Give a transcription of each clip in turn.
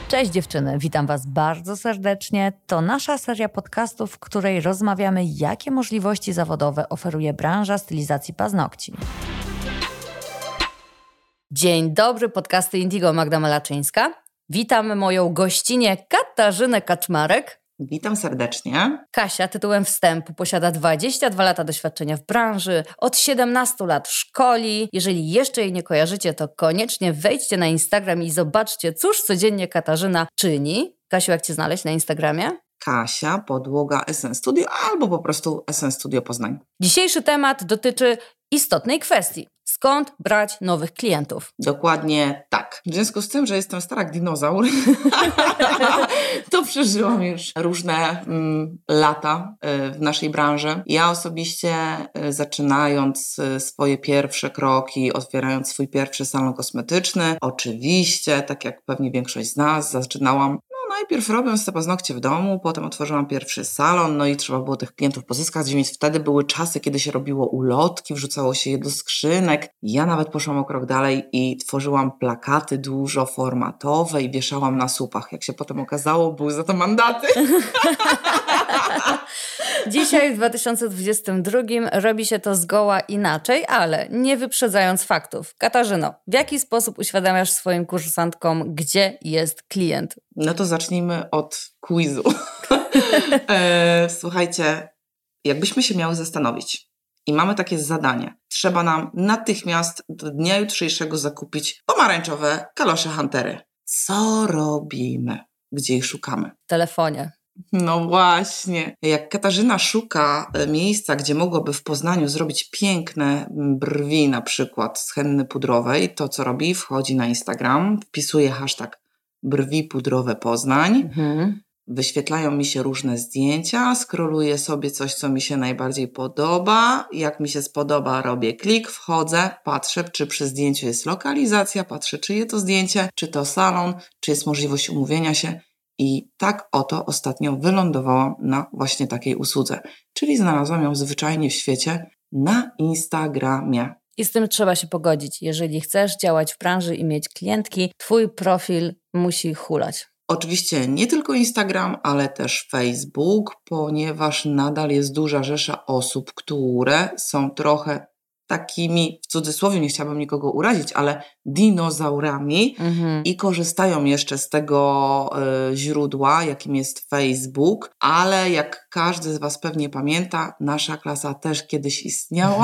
Cześć dziewczyny, witam Was bardzo serdecznie. To nasza seria podcastów, w której rozmawiamy, jakie możliwości zawodowe oferuje branża stylizacji paznokci. Dzień dobry, podcasty Indigo, Magda Malaczyńska. Witam moją gościnię Katarzynę Kaczmarek. Witam serdecznie. Kasia tytułem wstępu posiada 22 lata doświadczenia w branży, od 17 lat szkoli. Jeżeli jeszcze jej nie kojarzycie, to koniecznie wejdźcie na Instagram i zobaczcie, cóż codziennie Katarzyna czyni. Kasiu, jak Cię znaleźć na Instagramie? Kasia, podłoga SN Studio albo po prostu SN Studio Poznań. Dzisiejszy temat dotyczy istotnej kwestii. Skąd brać nowych klientów? Dokładnie tak. W związku z tym, że jestem stara jak dinozaur, to przeżyłam już różne lata w naszej branży. Ja osobiście zaczynając swoje pierwsze kroki, otwierając swój pierwszy salon kosmetyczny, oczywiście, tak jak pewnie większość z nas, zaczynałam najpierw robiąc te paznokcie w domu, potem otworzyłam pierwszy salon, no i trzeba było tych klientów pozyskać, więc wtedy były czasy, kiedy się robiło ulotki, wrzucało się je do skrzynek. Ja nawet poszłam o krok dalej i tworzyłam plakaty dużoformatowe i wieszałam na słupach. Jak się potem okazało, były za to mandaty. Dzisiaj w 2022 robi się to zgoła inaczej, ale nie wyprzedzając faktów. Katarzyno, w jaki sposób uświadamiasz swoim kursantkom, gdzie jest klient? No to zacznijmy od quizu. Słuchajcie, jakbyśmy się miały zastanowić i mamy takie zadanie, trzeba nam natychmiast do dnia jutrzejszego zakupić pomarańczowe kalosze huntery. Co robimy? Gdzie ich szukamy? W telefonie. No właśnie. Jak Katarzyna szuka miejsca, gdzie mogłaby w Poznaniu zrobić piękne brwi, na przykład z henny pudrowej, to co robi? Wchodzi na Instagram, wpisuje hashtag brwi pudrowe Poznań, wyświetlają mi się różne zdjęcia, scrolluję sobie coś, co mi się najbardziej podoba. Jak mi się spodoba, robię klik, wchodzę, patrzę, czy przy zdjęciu jest lokalizacja, patrzę, czyje to zdjęcie, czy to salon, czy jest możliwość umówienia się. I tak oto ostatnio wylądowałam na właśnie takiej usłudze. Czyli znalazłam ją zwyczajnie w świecie na Instagramie. I z tym trzeba się pogodzić. Jeżeli chcesz działać w branży i mieć klientki, twój profil musi hulać. Oczywiście nie tylko Instagram, ale też Facebook, ponieważ nadal jest duża rzesza osób, które są trochę takimi, w cudzysłowie, nie chciałabym nikogo urazić, ale dinozaurami i korzystają jeszcze z tego źródła, jakim jest Facebook, ale jak każdy z Was pewnie pamięta, nasza klasa też kiedyś istniała,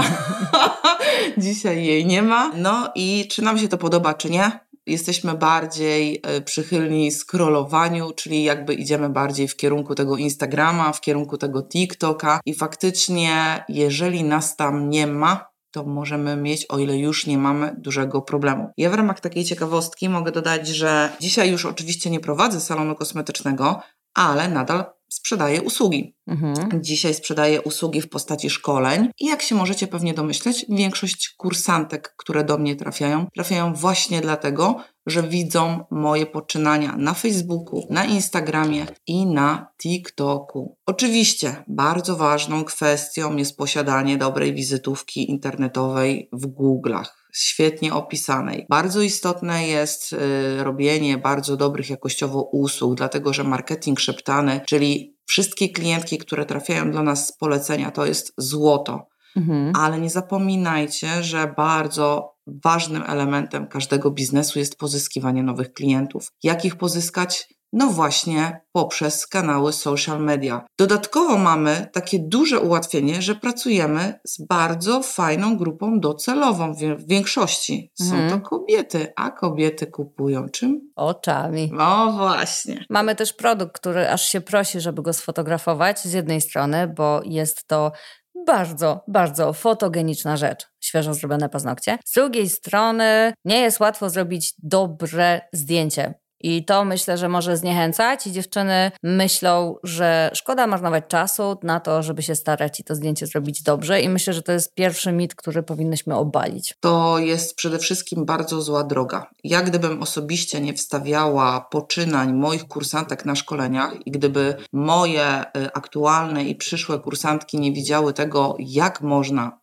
dzisiaj jej nie ma. No i czy nam się to podoba, czy nie? Jesteśmy bardziej przychylni scrollowaniu, czyli jakby idziemy bardziej w kierunku tego Instagrama, w kierunku tego TikToka i faktycznie, jeżeli nas tam nie ma, to możemy mieć, o ile już nie mamy, dużego problemu. Ja w ramach takiej ciekawostki mogę dodać, że dzisiaj już oczywiście nie prowadzę salonu kosmetycznego, ale nadal sprzedaję usługi. Dzisiaj sprzedaję usługi w postaci szkoleń i jak się możecie pewnie domyśleć, większość kursantek, które do mnie trafiają właśnie dlatego, że widzą moje poczynania na Facebooku, na Instagramie i na TikToku. Oczywiście bardzo ważną kwestią jest posiadanie dobrej wizytówki internetowej w Google'ach, świetnie opisanej. Bardzo istotne jest robienie bardzo dobrych jakościowo usług, dlatego że marketing szeptany, czyli wszystkie klientki, które trafiają do nas z polecenia, to jest złoto. Ale nie zapominajcie, że bardzo ważnym elementem każdego biznesu jest pozyskiwanie nowych klientów. Jak ich pozyskać? No właśnie poprzez kanały social media. Dodatkowo mamy takie duże ułatwienie, że pracujemy z bardzo fajną grupą docelową w większości. Są to kobiety, a kobiety kupują czym? Oczami. No właśnie. Mamy też produkt, który aż się prosi, żeby go sfotografować z jednej strony, bo jest to bardzo, bardzo fotogeniczna rzecz. Świeżo zrobione paznokcie. Z drugiej strony nie jest łatwo zrobić dobre zdjęcie. I to myślę, że może zniechęcać i dziewczyny myślą, że szkoda marnować czasu na to, żeby się starać i to zdjęcie zrobić dobrze i myślę, że to jest pierwszy mit, który powinnyśmy obalić. To jest przede wszystkim bardzo zła droga. Ja gdybym osobiście nie wstawiała poczynań moich kursantek na szkoleniach i gdyby moje aktualne i przyszłe kursantki nie widziały tego, jak można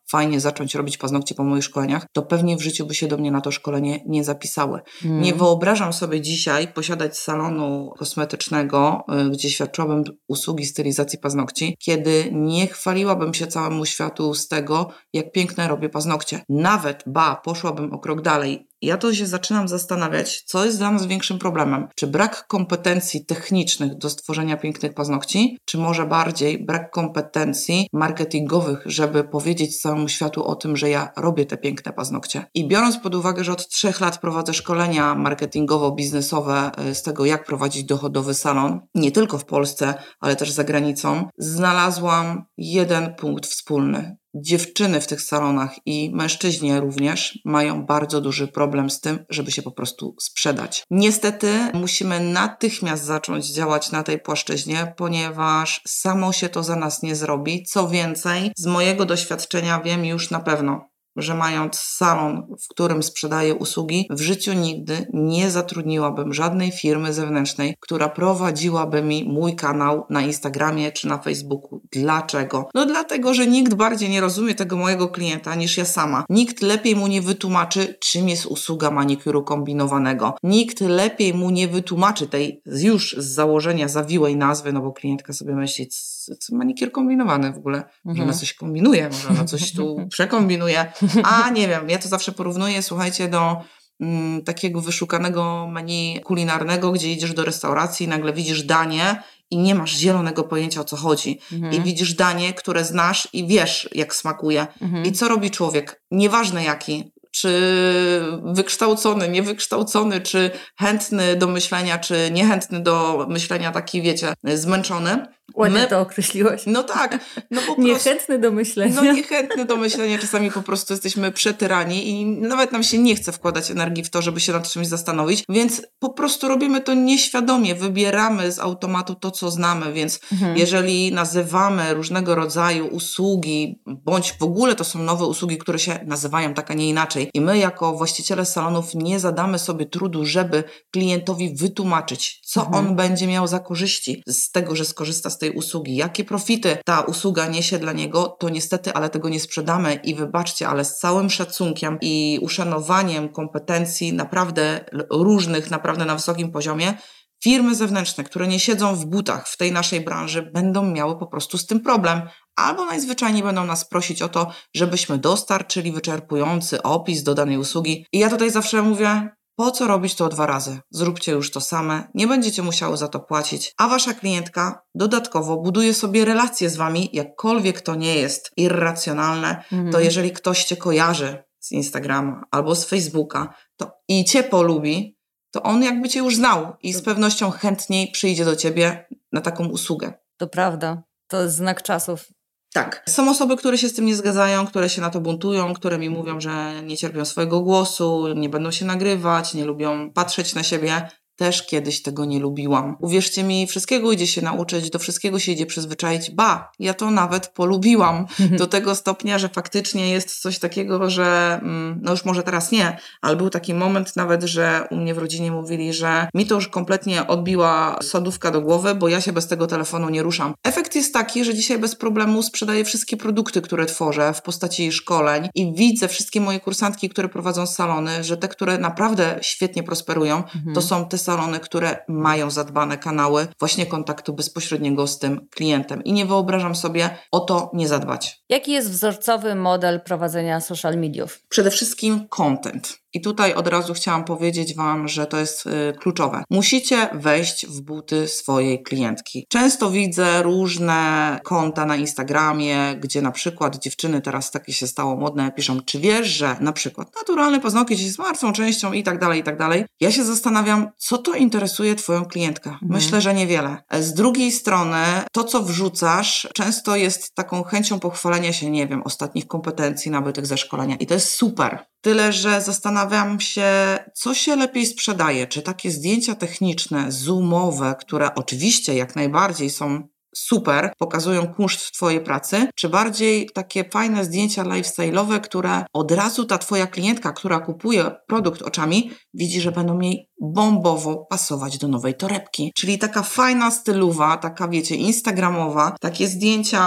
fajnie zacząć robić paznokcie po moich szkoleniach, to pewnie w życiu by się do mnie na to szkolenie nie zapisały. Nie wyobrażam sobie dzisiaj posiadać salonu kosmetycznego, gdzie świadczyłabym usługi stylizacji paznokci, kiedy nie chwaliłabym się całemu światu z tego, jak piękne robię paznokcie. Nawet, poszłabym o krok dalej. Ja to się zaczynam zastanawiać, co jest dla nas większym problemem. Czy brak kompetencji technicznych do stworzenia pięknych paznokci, czy może bardziej brak kompetencji marketingowych, żeby powiedzieć całemu światu o tym, że ja robię te piękne paznokcie. I biorąc pod uwagę, że od 3 lat prowadzę szkolenia marketingowo-biznesowe z tego, jak prowadzić dochodowy salon, nie tylko w Polsce, ale też za granicą, znalazłam jeden punkt wspólny. Dziewczyny w tych salonach i mężczyźni również mają bardzo duży problem z tym, żeby się po prostu sprzedać. Niestety musimy natychmiast zacząć działać na tej płaszczyźnie, ponieważ samo się to za nas nie zrobi. Co więcej, z mojego doświadczenia wiem już na pewno, że mając salon, w którym sprzedaję usługi, w życiu nigdy nie zatrudniłabym żadnej firmy zewnętrznej, która prowadziłaby mi mój kanał na Instagramie czy na Facebooku. Dlaczego? No dlatego, że nikt bardziej nie rozumie tego mojego klienta niż ja sama. Nikt lepiej mu nie wytłumaczy, czym jest usługa manikuru kombinowanego. Nikt lepiej mu nie wytłumaczy tej już z założenia zawiłej nazwy, no bo klientka sobie myśli, co manikier kombinowany w ogóle, że ona coś kombinuje, może ona coś tu przekombinuje. A nie wiem, ja to zawsze porównuję, słuchajcie, do takiego wyszukanego menu kulinarnego, gdzie idziesz do restauracji i nagle widzisz danie i nie masz zielonego pojęcia, o co chodzi. I widzisz danie, które znasz i wiesz, jak smakuje. I co robi człowiek? Nieważne jaki. Czy wykształcony, niewykształcony, czy chętny do myślenia, czy niechętny do myślenia, taki wiecie, zmęczony. Ładnie to określiłaś. No tak. No po prostu, niechętny do myślenia. No niechętny do myślenia. Czasami po prostu jesteśmy przetyrani i nawet nam się nie chce wkładać energii w to, żeby się nad czymś zastanowić, więc po prostu robimy to nieświadomie. Wybieramy z automatu to, co znamy, więc jeżeli nazywamy różnego rodzaju usługi, bądź w ogóle to są nowe usługi, które się nazywają tak, a nie inaczej i my jako właściciele salonów nie zadamy sobie trudu, żeby klientowi wytłumaczyć, co on będzie miał za korzyści z tego, że skorzysta z tej usługi, jakie profity ta usługa niesie dla niego, to niestety, ale tego nie sprzedamy i wybaczcie, ale z całym szacunkiem i uszanowaniem kompetencji naprawdę różnych, naprawdę na wysokim poziomie, firmy zewnętrzne, które nie siedzą w butach w tej naszej branży, będą miały po prostu z tym problem. Albo najzwyczajniej będą nas prosić o to, żebyśmy dostarczyli wyczerpujący opis do danej usługi. I ja tutaj zawsze mówię, po co robić to 2 razy? Zróbcie już to same, nie będziecie musiały za to płacić, a wasza klientka dodatkowo buduje sobie relacje z wami, jakkolwiek to nie jest irracjonalne, to jeżeli ktoś cię kojarzy z Instagrama albo z Facebooka to i cię polubi, to on jakby cię już znał i z pewnością chętniej przyjdzie do ciebie na taką usługę. To prawda, to jest znak czasów. Tak. Są osoby, które się z tym nie zgadzają, które się na to buntują, które mi mówią, że nie cierpią swojego głosu, nie będą się nagrywać, nie lubią patrzeć na siebie. Też kiedyś tego nie lubiłam. Uwierzcie mi, wszystkiego idzie się nauczyć, do wszystkiego się idzie przyzwyczaić. Ja to nawet polubiłam do tego stopnia, że faktycznie jest coś takiego, że no już może teraz nie, ale był taki moment nawet, że u mnie w rodzinie mówili, że mi to już kompletnie odbiła sodówka do głowy, bo ja się bez tego telefonu nie ruszam. Efekt jest taki, że dzisiaj bez problemu sprzedaję wszystkie produkty, które tworzę w postaci szkoleń i widzę wszystkie moje kursantki, które prowadzą salony, że te, które naprawdę świetnie prosperują, to są te salony, które mają zadbane kanały właśnie kontaktu bezpośredniego z tym klientem. I nie wyobrażam sobie o to nie zadbać. Jaki jest wzorcowy model prowadzenia social mediów? Przede wszystkim content. I tutaj od razu chciałam powiedzieć wam, że to jest kluczowe. Musicie wejść w buty swojej klientki. Często widzę różne konta na Instagramie, gdzie na przykład dziewczyny, teraz takie się stało modne, piszą, czy wiesz, że na przykład naturalny paznokieć jest martwą częścią i tak dalej, i tak dalej. Ja się zastanawiam, co to interesuje twoją klientkę. Myślę, że niewiele. Z drugiej strony, to co wrzucasz, często jest taką chęcią pochwalenia się, nie wiem, ostatnich kompetencji nabytych ze szkolenia. I to jest super. Tyle, że zastanawiam się, co się lepiej sprzedaje. Czy takie zdjęcia techniczne, zoomowe, które oczywiście jak najbardziej są super, pokazują kunszt twojej pracy, czy bardziej takie fajne zdjęcia lifestyle'owe, które od razu ta twoja klientka, która kupuje produkt oczami, widzi, że będą jej bombowo pasować do nowej torebki. Czyli taka fajna stylowa, taka wiecie, instagramowa, takie zdjęcia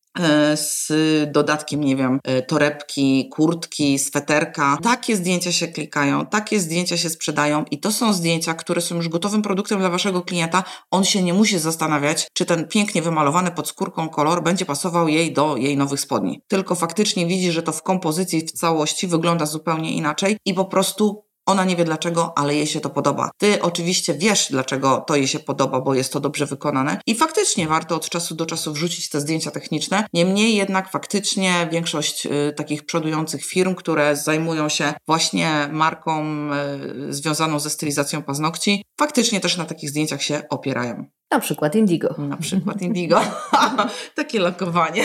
z dodatkiem, nie wiem, torebki, kurtki, sweterka. Takie zdjęcia się klikają, takie zdjęcia się sprzedają i to są zdjęcia, które są już gotowym produktem dla waszego klienta. On się nie musi zastanawiać, czy ten pięknie wymalowany pod skórką kolor będzie pasował jej do jej nowych spodni. Tylko faktycznie widzi, że to w kompozycji, w całości wygląda zupełnie inaczej i po prostu ona nie wie dlaczego, ale jej się to podoba. Ty oczywiście wiesz, dlaczego to jej się podoba, bo jest to dobrze wykonane i faktycznie warto od czasu do czasu wrzucić te zdjęcia techniczne. Niemniej jednak faktycznie większość takich przodujących firm, które zajmują się właśnie marką związaną ze stylizacją paznokci, faktycznie też na takich zdjęciach się opierają. Na przykład Indigo. Na przykład Indigo. Takie lokowanie.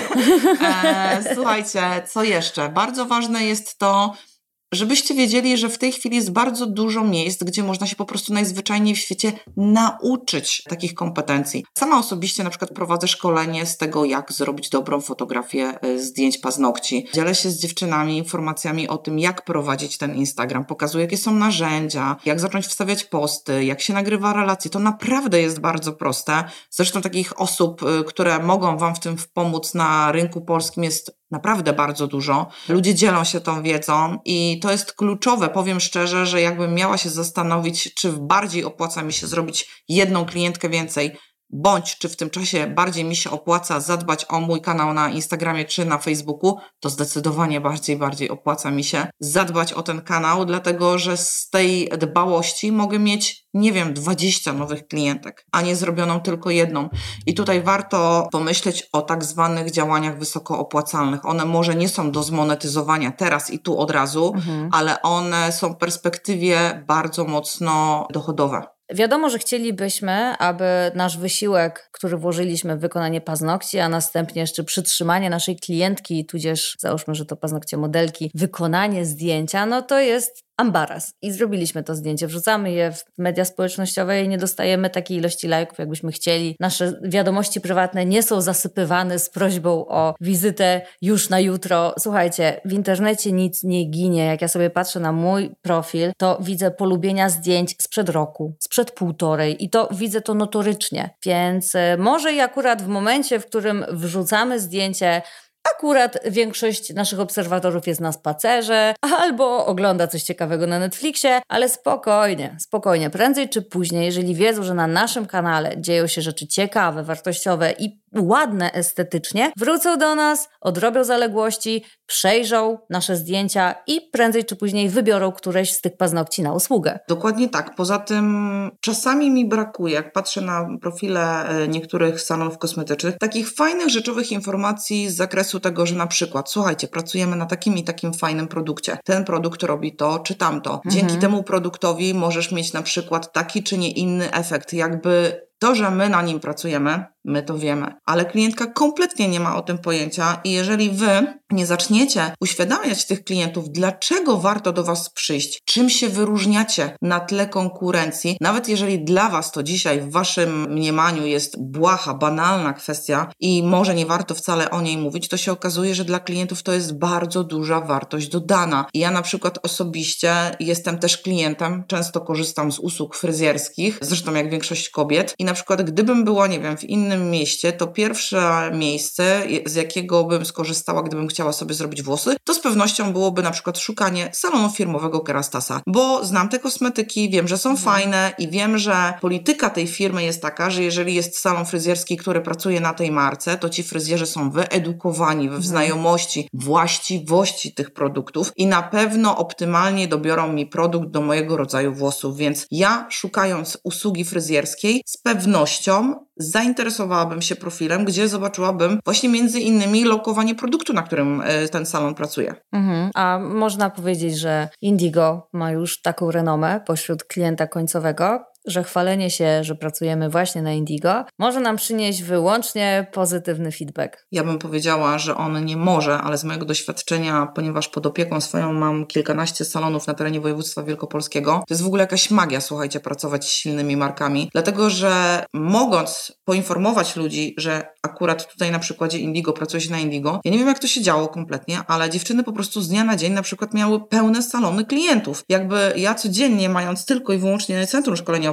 Słuchajcie, co jeszcze? Bardzo ważne jest to, żebyście wiedzieli, że w tej chwili jest bardzo dużo miejsc, gdzie można się po prostu najzwyczajniej w świecie nauczyć takich kompetencji. Sama osobiście na przykład prowadzę szkolenie z tego, jak zrobić dobrą fotografię zdjęć paznokci. Dzielę się z dziewczynami informacjami o tym, jak prowadzić ten Instagram. Pokazuję, jakie są narzędzia, jak zacząć wstawiać posty, jak się nagrywa relacje. To naprawdę jest bardzo proste. Zresztą takich osób, które mogą Wam w tym pomóc na rynku polskim jest naprawdę bardzo dużo. Ludzie dzielą się tą wiedzą i to jest kluczowe. Powiem szczerze, że jakbym miała się zastanowić, czy bardziej opłaca mi się zrobić jedną klientkę więcej, bądź czy w tym czasie bardziej mi się opłaca zadbać o mój kanał na Instagramie czy na Facebooku, to zdecydowanie bardziej opłaca mi się zadbać o ten kanał, dlatego że z tej dbałości mogę mieć, nie wiem, 20 nowych klientek, a nie zrobioną tylko jedną. I tutaj warto pomyśleć o tak zwanych działaniach wysoko opłacalnych. One może nie są do zmonetyzowania teraz i tu od razu, ale one są w perspektywie bardzo mocno dochodowe. Wiadomo, że chcielibyśmy, aby nasz wysiłek, który włożyliśmy w wykonanie paznokci, a następnie jeszcze przytrzymanie naszej klientki, tudzież załóżmy, że to paznokcie modelki, wykonanie zdjęcia, no to jest ambaras. I zrobiliśmy to zdjęcie, wrzucamy je w media społecznościowe i nie dostajemy takiej ilości lajków, jakbyśmy chcieli. Nasze wiadomości prywatne nie są zasypywane z prośbą o wizytę już na jutro. Słuchajcie, w internecie nic nie ginie. Jak ja sobie patrzę na mój profil, to widzę polubienia zdjęć sprzed roku, sprzed półtorej i to widzę to notorycznie. Więc może i akurat w momencie, w którym wrzucamy zdjęcie, akurat większość naszych obserwatorów jest na spacerze albo ogląda coś ciekawego na Netflixie, ale spokojnie. Prędzej czy później, jeżeli wiedzą, że na naszym kanale dzieją się rzeczy ciekawe, wartościowe i ładne estetycznie, wrócą do nas, odrobią zaległości, przejrzą nasze zdjęcia i prędzej czy później wybiorą któreś z tych paznokci na usługę. Dokładnie tak. Poza tym czasami mi brakuje, jak patrzę na profile niektórych salonów kosmetycznych, takich fajnych, rzeczowych informacji z zakresu tego, że na przykład, słuchajcie, pracujemy na takim i takim fajnym produkcie. Ten produkt robi to czy tamto. Dzięki temu produktowi możesz mieć na przykład taki czy nie inny efekt. Jakby to, że my na nim pracujemy, my to wiemy, ale klientka kompletnie nie ma o tym pojęcia i jeżeli wy nie zaczniecie uświadamiać tych klientów, dlaczego warto do was przyjść, czym się wyróżniacie na tle konkurencji, nawet jeżeli dla was to dzisiaj w waszym mniemaniu jest błaha, banalna kwestia i może nie warto wcale o niej mówić, to się okazuje, że dla klientów to jest bardzo duża wartość dodana. I ja na przykład osobiście jestem też klientem, często korzystam z usług fryzjerskich, zresztą jak większość kobiet i na przykład gdybym była, nie wiem, w innym mieście, to pierwsze miejsce, z jakiego bym skorzystała, gdybym chciała sobie zrobić włosy, to z pewnością byłoby na przykład szukanie salonu firmowego Kerastasa, bo znam te kosmetyki, wiem, że są fajne i wiem, że polityka tej firmy jest taka, że jeżeli jest salon fryzjerski, który pracuje na tej marce, to ci fryzjerzy są wyedukowani we znajomości właściwości tych produktów i na pewno optymalnie dobiorą mi produkt do mojego rodzaju włosów, więc ja szukając usługi fryzjerskiej z pewnością zainteresowałabym się profilem, gdzie zobaczyłabym właśnie między innymi lokowanie produktu, na którym ten salon pracuje. A można powiedzieć, że Indigo ma już taką renomę pośród klienta końcowego, że chwalenie się, że pracujemy właśnie na Indigo, może nam przynieść wyłącznie pozytywny feedback. Ja bym powiedziała, że on nie może, ale z mojego doświadczenia, ponieważ pod opieką swoją mam kilkanaście salonów na terenie województwa wielkopolskiego, to jest w ogóle jakaś magia, słuchajcie, pracować z silnymi markami, dlatego, że mogąc poinformować ludzi, że akurat tutaj na przykładzie Indigo pracuje się na Indigo, ja nie wiem jak to się działo kompletnie, ale dziewczyny po prostu z dnia na dzień na przykład miały pełne salony klientów. Jakby ja codziennie, mając tylko i wyłącznie centrum szkoleniowe,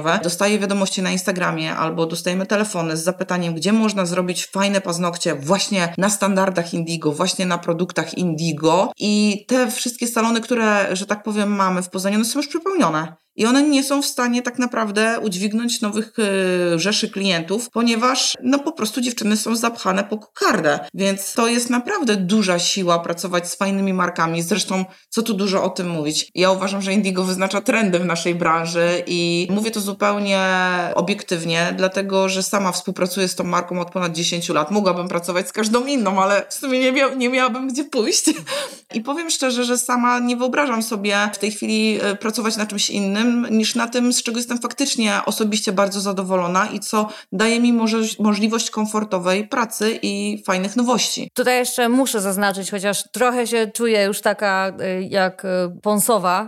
tygodniowe, dostaję wiadomości na Instagramie albo dostajemy telefony z zapytaniem, gdzie można zrobić fajne paznokcie właśnie na standardach Indigo, właśnie na produktach Indigo i te wszystkie salony, które, że tak powiem, mamy w Poznaniu, one są już przepełnione. I one nie są w stanie tak naprawdę udźwignąć nowych rzeszy klientów, ponieważ no po prostu dziewczyny są zapchane po kokardę. Więc to jest naprawdę duża siła pracować z fajnymi markami. Zresztą co tu dużo o tym mówić. Ja uważam, że Indigo wyznacza trendy w naszej branży i mówię to zupełnie obiektywnie, dlatego że sama współpracuję z tą marką od ponad 10 lat. Mogłabym pracować z każdą inną, ale w sumie nie miałabym gdzie pójść. I powiem szczerze, że sama nie wyobrażam sobie w tej chwili pracować na czymś innym, niż na tym, z czego jestem faktycznie osobiście bardzo zadowolona i co daje mi możliwość komfortowej pracy i fajnych nowości. Tutaj jeszcze muszę zaznaczyć, chociaż trochę się czuję już taka jak pąsowa,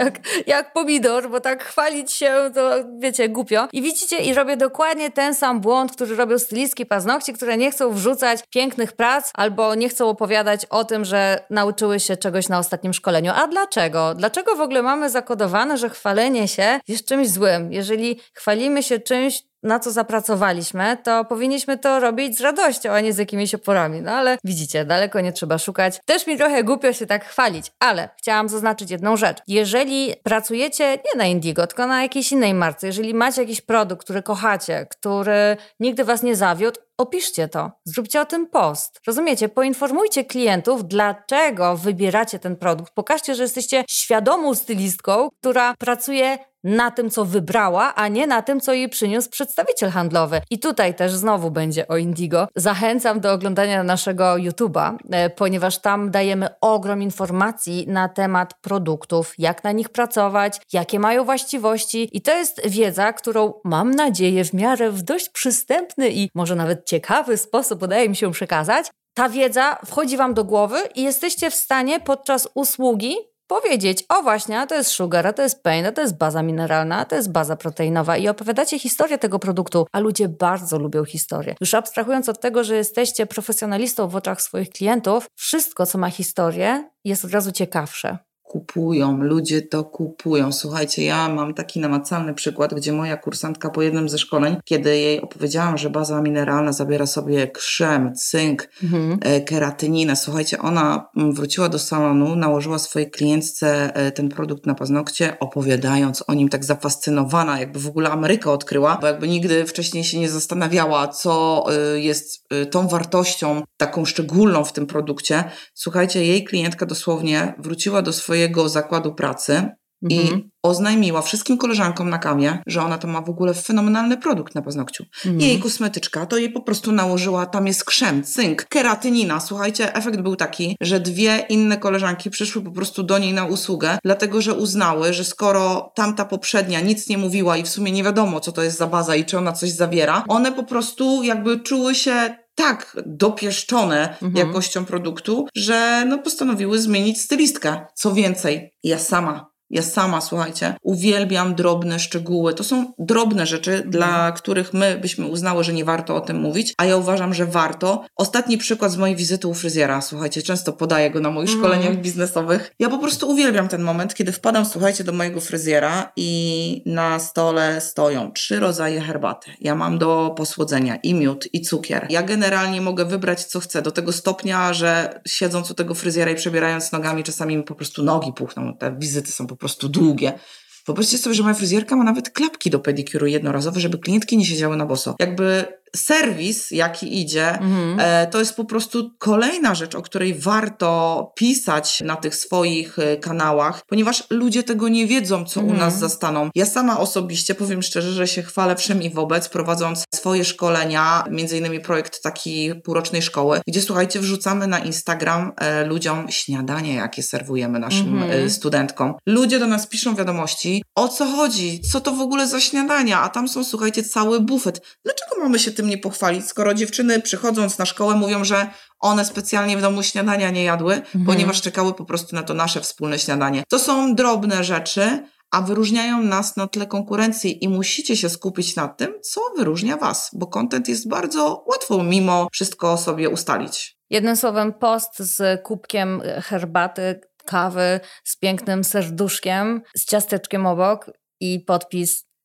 jak pomidor, bo tak chwalić się to wiecie głupio. I widzicie, i robię dokładnie ten sam błąd, który robią stylistki paznokci, które nie chcą wrzucać pięknych prac albo nie chcą opowiadać o tym, że nauczyły się czegoś na ostatnim szkoleniu. A dlaczego? Dlaczego w ogóle mamy zakodowane, że chwalenie się jest czymś złym? Jeżeli chwalimy się czymś, na co zapracowaliśmy, to powinniśmy to robić z radością, a nie z jakimiś oporami. No ale widzicie, daleko nie trzeba szukać. Też mi trochę głupio się tak chwalić, ale chciałam zaznaczyć jedną rzecz. Jeżeli pracujecie nie na Indigo, tylko na jakiejś innej marce, jeżeli macie jakiś produkt, który kochacie, który nigdy was nie zawiódł, opiszcie to. Zróbcie o tym post. Rozumiecie? Poinformujcie klientów, dlaczego wybieracie ten produkt. Pokażcie, że jesteście świadomą stylistką, która pracuje na tym, co wybrała, a nie na tym, co jej przyniósł przedstawiciel handlowy. I tutaj też znowu będzie o Indigo. Zachęcam do oglądania naszego YouTube'a, ponieważ tam dajemy ogrom informacji na temat produktów, jak na nich pracować, jakie mają właściwości i to jest wiedza, którą mam nadzieję w dość przystępny i może nawet ciekawy sposób udaje mi się przekazać. Ta wiedza wchodzi wam do głowy i jesteście w stanie podczas usługi powiedzieć, o właśnie, a to jest sugar, a to jest pain, a to jest baza mineralna, a to jest baza proteinowa i opowiadacie historię tego produktu, a ludzie bardzo lubią historię. Już abstrahując od tego, że jesteście profesjonalistą w oczach swoich klientów, wszystko, co ma historię, jest od razu ciekawsze. Kupują, ludzie to kupują. Słuchajcie, ja mam taki namacalny przykład, gdzie moja kursantka po jednym ze szkoleń, kiedy jej opowiedziałam, że baza mineralna zabiera sobie krzem, cynk, keratyninę. Słuchajcie, ona wróciła do salonu, nałożyła swojej klientce ten produkt na paznokcie, opowiadając o nim tak zafascynowana, jakby w ogóle Amerykę odkryła, bo jakby nigdy wcześniej się nie zastanawiała, co jest tą wartością taką szczególną w tym produkcie. Słuchajcie, jej klientka dosłownie wróciła do swojego zakładu pracy i oznajmiła wszystkim koleżankom na kawie, że ona to ma w ogóle fenomenalny produkt na paznokciu. Jej kosmetyczka to jej po prostu nałożyła, tam jest krzem, cynk, keratynina. Słuchajcie, efekt był taki, że 2 inne koleżanki przyszły po prostu do niej na usługę, dlatego że uznały, że skoro tamta poprzednia nic nie mówiła i w sumie nie wiadomo, co to jest za baza i czy ona coś zawiera, one po prostu jakby czuły się tak dopieszczone jakością produktu, że no postanowiły zmienić stylistkę. Co więcej, ja sama, słuchajcie, uwielbiam drobne szczegóły. To są drobne rzeczy, dla których my byśmy uznały, że nie warto o tym mówić, a ja uważam, że warto. Ostatni przykład z mojej wizyty u fryzjera, słuchajcie, często podaję go na moich szkoleniach biznesowych. Ja po prostu uwielbiam ten moment, kiedy wpadam, słuchajcie, do mojego fryzjera i na stole stoją 3 rodzaje herbaty. Ja mam do posłodzenia i miód, i cukier. Ja generalnie mogę wybrać, co chcę, do tego stopnia, że siedząc u tego fryzjera i przebierając nogami, czasami mi po prostu nogi puchną. Te wizyty są po prostu długie. Wyobraźcie sobie, że moja fryzjerka ma nawet klapki do pedikuru jednorazowe, żeby klientki nie siedziały na boso. Jakby serwis, jaki idzie, to jest po prostu kolejna rzecz, o której warto pisać na tych swoich kanałach, ponieważ ludzie tego nie wiedzą, co u nas zastaną. Ja sama osobiście, powiem szczerze, że się chwalę wszem i wobec, prowadząc swoje szkolenia, między innymi projekt taki półrocznej szkoły, gdzie słuchajcie, wrzucamy na Instagram ludziom śniadanie, jakie serwujemy naszym studentkom. Ludzie do nas piszą wiadomości, o co chodzi, co to w ogóle za śniadania, a tam są, słuchajcie, cały bufet. Dlaczego mamy się tym nie pochwalić, skoro dziewczyny przychodząc na szkołę mówią, że one specjalnie w domu śniadania nie jadły, ponieważ czekały po prostu na to nasze wspólne śniadanie. To są drobne rzeczy, a wyróżniają nas na tle konkurencji i musicie się skupić na tym, co wyróżnia was, bo content jest bardzo łatwo mimo wszystko sobie ustalić. Jednym słowem, post z kubkiem herbaty, kawy, z pięknym serduszkiem, z ciasteczkiem obok i podpis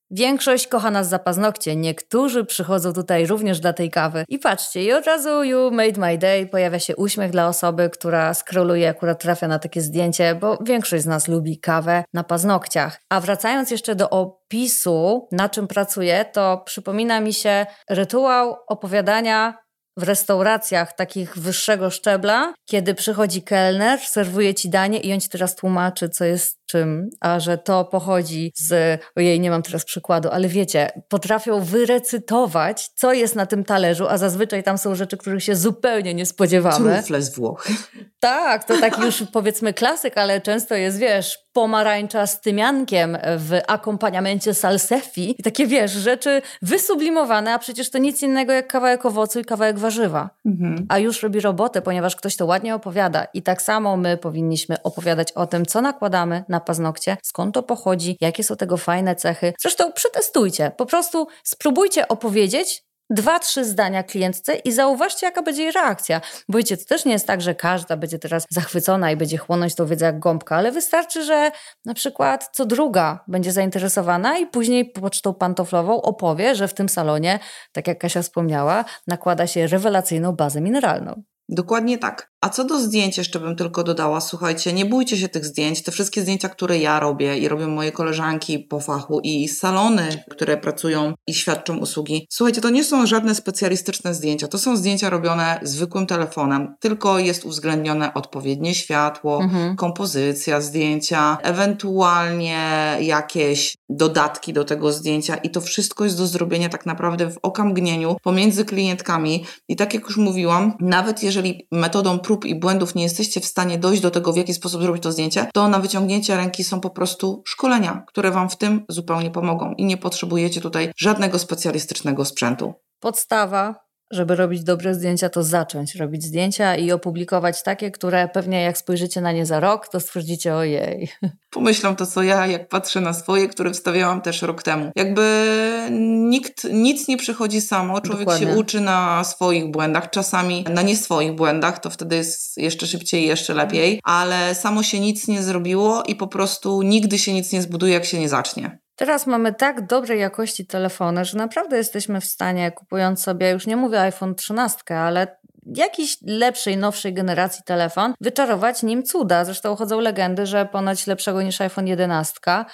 Większość kocha nas za paznokcie, niektórzy przychodzą tutaj również dla tej kawy. I patrzcie, i od razu you made my day, pojawia się uśmiech dla osoby, która scrolluje, akurat trafia na takie zdjęcie, bo większość z nas lubi kawę na paznokciach. A wracając jeszcze do opisu, na czym pracuję, to przypomina mi się rytuał opowiadania w restauracjach takich wyższego szczebla, kiedy przychodzi kelner, serwuje ci danie i on ci teraz tłumaczy, co jest czym, a że to pochodzi z... Ojej, nie mam teraz przykładu, ale wiecie, potrafią wyrecytować, co jest na tym talerzu, a zazwyczaj tam są rzeczy, których się zupełnie nie spodziewamy. Trufle z Włoch. Tak, to taki już powiedzmy klasyk, ale często jest, wiesz, pomarańcza z tymiankiem w akompaniamencie salsefi i takie, wiesz, rzeczy wysublimowane, a przecież to nic innego jak kawałek owocu i kawałek warzywa. A już robi robotę, ponieważ ktoś to ładnie opowiada i tak samo my powinniśmy opowiadać o tym, co nakładamy na paznokcie, skąd to pochodzi, jakie są tego fajne cechy. Zresztą przetestujcie, po prostu spróbujcie opowiedzieć 2-3 zdania klientce i zauważcie, jaka będzie jej reakcja. Bo wiecie, to też nie jest tak, że każda będzie teraz zachwycona i będzie chłonąć tą wiedzę jak gąbka, ale wystarczy, że na przykład co druga będzie zainteresowana i później pocztą pantoflową opowie, że w tym salonie, tak jak Kasia wspomniała, nakłada się rewelacyjną bazę mineralną. Dokładnie tak. A co do zdjęć jeszcze bym tylko dodała, słuchajcie, nie bójcie się tych zdjęć. Te wszystkie zdjęcia, które ja robię i robią moje koleżanki po fachu i salony, które pracują i świadczą usługi. Słuchajcie, to nie są żadne specjalistyczne zdjęcia. To są zdjęcia robione zwykłym telefonem, tylko jest uwzględnione odpowiednie światło, kompozycja zdjęcia, ewentualnie jakieś dodatki do tego zdjęcia i to wszystko jest do zrobienia tak naprawdę w okamgnieniu pomiędzy klientkami. I tak jak już mówiłam, nawet jeżeli metodą prób i błędów nie jesteście w stanie dojść do tego, w jaki sposób zrobić to zdjęcie, to na wyciągnięcie ręki są po prostu szkolenia, które Wam w tym zupełnie pomogą i nie potrzebujecie tutaj żadnego specjalistycznego sprzętu. Podstawa, żeby robić dobre zdjęcia, to zacząć robić zdjęcia i opublikować takie, które pewnie jak spojrzycie na nie za rok, to stwierdzicie ojej. Pomyślą to, co ja, jak patrzę na swoje, które wstawiałam też rok temu. Jakby nic nie przychodzi samo, człowiek Dokładnie. się uczy na swoich błędach, czasami na nie swoich błędach, to wtedy jest jeszcze szybciej i jeszcze lepiej, ale samo się nic nie zrobiło i po prostu nigdy się nic nie zbuduje, jak się nie zacznie. Teraz mamy tak dobrej jakości telefony, że naprawdę jesteśmy w stanie, kupując sobie, już nie mówię iPhone 13, ale jakiś lepszej, nowszej generacji telefon, wyczarować nim cuda. Zresztą chodzą legendy, że ponoć lepszego niż iPhone 11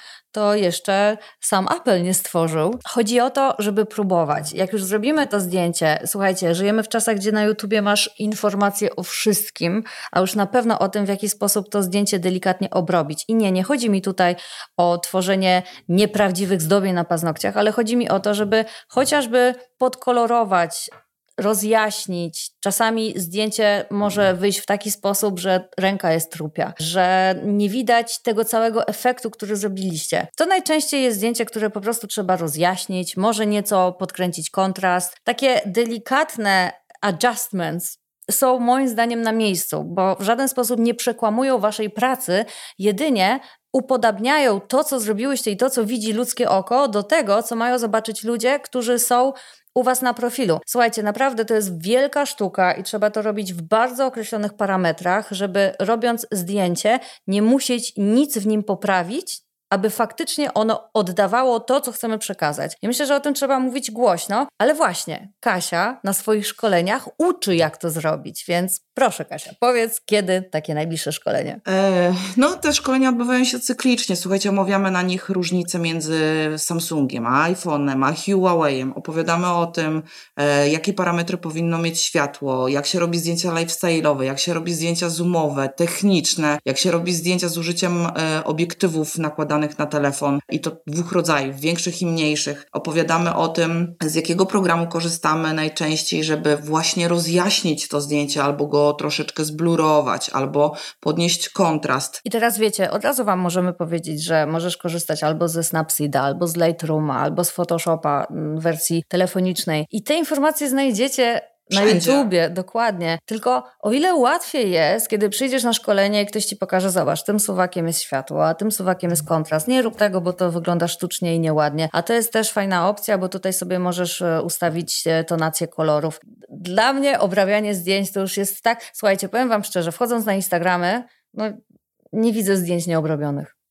to jeszcze sam Apple nie stworzył. Chodzi o to, żeby próbować. Jak już zrobimy to zdjęcie, słuchajcie, żyjemy w czasach, gdzie na YouTubie masz informacje o wszystkim, a już na pewno o tym, w jaki sposób to zdjęcie delikatnie obrobić. I nie chodzi mi tutaj o tworzenie nieprawdziwych zdobień na paznokciach, ale chodzi mi o to, żeby chociażby podkolorować, rozjaśnić. Czasami zdjęcie może wyjść w taki sposób, że ręka jest trupia, że nie widać tego całego efektu, który zrobiliście. To najczęściej jest zdjęcie, które po prostu trzeba rozjaśnić, może nieco podkręcić kontrast. Takie delikatne adjustments są moim zdaniem na miejscu, bo w żaden sposób nie przekłamują waszej pracy, jedynie upodabniają to, co zrobiłyście i to, co widzi ludzkie oko, do tego, co mają zobaczyć ludzie, którzy są u was na profilu. Słuchajcie, naprawdę to jest wielka sztuka i trzeba to robić w bardzo określonych parametrach, żeby robiąc zdjęcie nie musieć nic w nim poprawić, aby faktycznie ono oddawało to, co chcemy przekazać. Ja myślę, że o tym trzeba mówić głośno, ale właśnie Kasia na swoich szkoleniach uczy, jak to zrobić, więc proszę Kasia, powiedz, kiedy takie najbliższe szkolenie? No, te szkolenia odbywają się cyklicznie. Słuchajcie, omawiamy na nich różnice między Samsungiem, a iPhone'em, a Huawei'em. Opowiadamy o tym, jakie parametry powinno mieć światło, jak się robi zdjęcia lifestyle'owe, jak się robi zdjęcia zoomowe, techniczne, jak się robi zdjęcia z użyciem obiektywów nakładanych na telefon i to dwóch rodzajów, większych i mniejszych. Opowiadamy o tym, z jakiego programu korzystamy najczęściej, żeby właśnie rozjaśnić to zdjęcie albo go troszeczkę zblurować, albo podnieść kontrast. I teraz wiecie, od razu wam możemy powiedzieć, że możesz korzystać albo ze Snapseeda, albo z Lightrooma, albo z Photoshopa w wersji telefonicznej. I te informacje znajdziecie na Wszędzie. YouTubie, dokładnie. Tylko o ile łatwiej jest, kiedy przyjdziesz na szkolenie i ktoś ci pokaże, zobacz, tym suwakiem jest światło, a tym suwakiem jest kontrast. Nie rób tego, bo to wygląda sztucznie i nieładnie. A to jest też fajna opcja, bo tutaj sobie możesz ustawić tonację kolorów. Dla mnie obrabianie zdjęć to już jest tak... Słuchajcie, powiem wam szczerze, wchodząc na Instagramy, no nie widzę zdjęć nieobrobionych.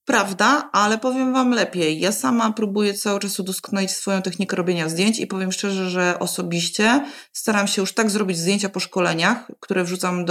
Prawda, ale powiem Wam lepiej. Ja sama próbuję cały czas udoskonalić swoją technikę robienia zdjęć i powiem szczerze, że osobiście staram się już tak zrobić zdjęcia po szkoleniach, które wrzucam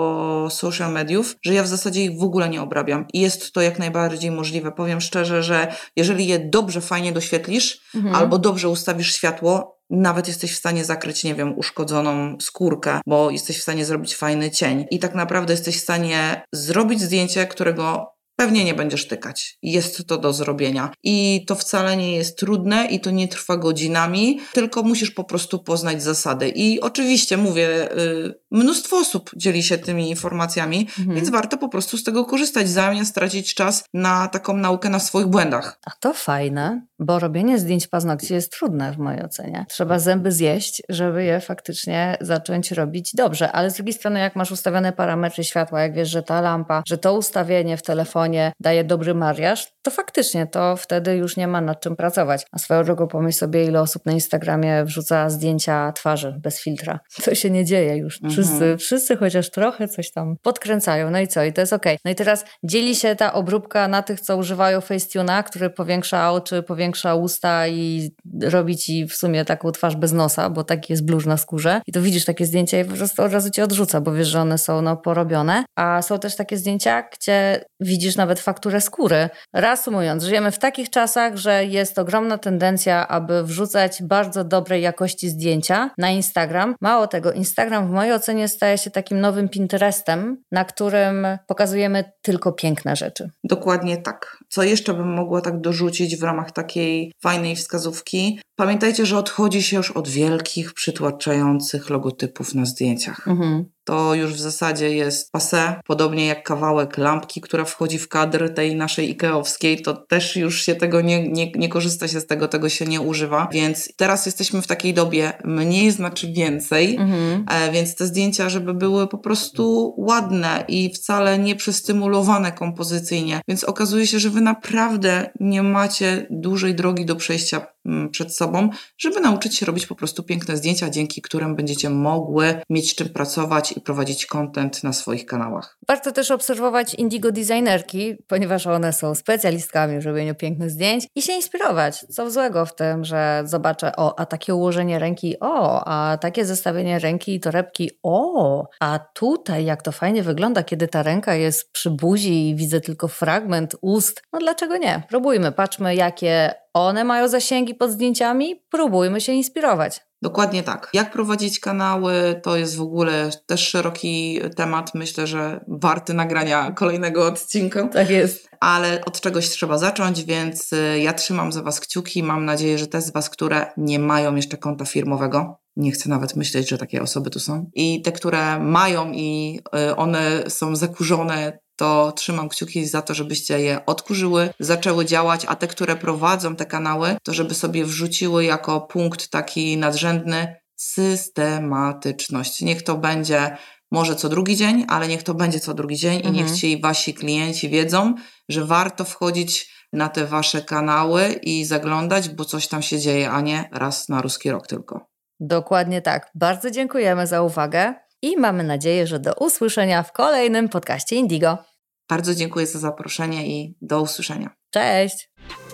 do social mediów, że ja w zasadzie ich w ogóle nie obrabiam. I jest to jak najbardziej możliwe. Powiem szczerze, że jeżeli je dobrze, fajnie doświetlisz albo dobrze ustawisz światło, nawet jesteś w stanie zakryć, nie wiem, uszkodzoną skórkę, bo jesteś w stanie zrobić fajny cień. I tak naprawdę jesteś w stanie zrobić zdjęcie, którego pewnie nie będziesz tykać. Jest to do zrobienia. I to wcale nie jest trudne i to nie trwa godzinami, tylko musisz po prostu poznać zasady. I oczywiście, mówię, mnóstwo osób dzieli się tymi informacjami, więc warto po prostu z tego korzystać, zamiast tracić czas na taką naukę na swoich błędach. A to fajne, bo robienie zdjęć paznokci jest trudne w mojej ocenie. Trzeba zęby zjeść, żeby je faktycznie zacząć robić dobrze. Ale z drugiej strony, jak masz ustawione parametry światła, jak wiesz, że ta lampa, że to ustawienie w telefonie daje dobry mariaż, to faktycznie to wtedy już nie ma nad czym pracować. A swoją drogą pomyśl sobie, ile osób na Instagramie wrzuca zdjęcia twarzy bez filtra. To się nie dzieje już. Wszyscy chociaż trochę coś tam podkręcają. No i co? I to jest okej. No i teraz dzieli się ta obróbka na tych, co używają Facetune'a, który powiększa oczy, powiększa usta i robi ci w sumie taką twarz bez nosa, bo taki jest blusz na skórze. I to widzisz takie zdjęcia i po prostu od razu cię odrzuca, bo wiesz, że one są porobione. A są też takie zdjęcia, gdzie widzisz nawet fakturę skóry. Reasumując, żyjemy w takich czasach, że jest ogromna tendencja, aby wrzucać bardzo dobrej jakości zdjęcia na Instagram. Mało tego, Instagram w mojej ocenie staje się takim nowym Pinterestem, na którym pokazujemy tylko piękne rzeczy. Dokładnie tak. Co jeszcze bym mogła tak dorzucić w ramach takiej fajnej wskazówki? Pamiętajcie, że odchodzi się już od wielkich, przytłaczających logotypów na zdjęciach. To już w zasadzie jest passé, podobnie jak kawałek lampki, która wchodzi w kadr tej naszej ikeowskiej, to też już się tego nie korzysta się z tego się nie używa, więc teraz jesteśmy w takiej dobie mniej znaczy więcej, więc te zdjęcia, żeby były po prostu ładne i wcale nie przestymulowane kompozycyjnie, więc okazuje się, że wy naprawdę nie macie dużej drogi do przejścia przed sobą, żeby nauczyć się robić po prostu piękne zdjęcia, dzięki którym będziecie mogły mieć czym pracować i prowadzić content na swoich kanałach. Warto też obserwować Indigo designerki, ponieważ one są specjalistkami w robieniu pięknych zdjęć i się inspirować. Co złego w tym, że zobaczę, a takie ułożenie ręki, a takie zestawienie ręki i torebki, a tutaj jak to fajnie wygląda, kiedy ta ręka jest przy buzi i widzę tylko fragment ust. No dlaczego nie? Próbujmy, patrzmy jakie one mają zasięgi pod zdjęciami, próbujmy się inspirować. Dokładnie tak. Jak prowadzić kanały, to jest w ogóle też szeroki temat. Myślę, że warty nagrania kolejnego odcinka. Tak jest. Ale od czegoś trzeba zacząć, więc ja trzymam za Was kciuki. Mam nadzieję, że te z Was, które nie mają jeszcze konta firmowego, nie chcę nawet myśleć, że takie osoby tu są, i te, które mają i one są zakurzone, to trzymam kciuki za to, żebyście je odkurzyły, zaczęły działać, a te, które prowadzą te kanały, to żeby sobie wrzuciły jako punkt taki nadrzędny systematyczność. Niech to będzie może co drugi dzień, ale niech to będzie co drugi dzień i niech ci wasi klienci wiedzą, że warto wchodzić na te wasze kanały i zaglądać, bo coś tam się dzieje, a nie raz na ruski rok tylko. Dokładnie tak. Bardzo dziękujemy za uwagę i mamy nadzieję, że do usłyszenia w kolejnym podcaście Indigo. Bardzo dziękuję za zaproszenie i do usłyszenia. Cześć!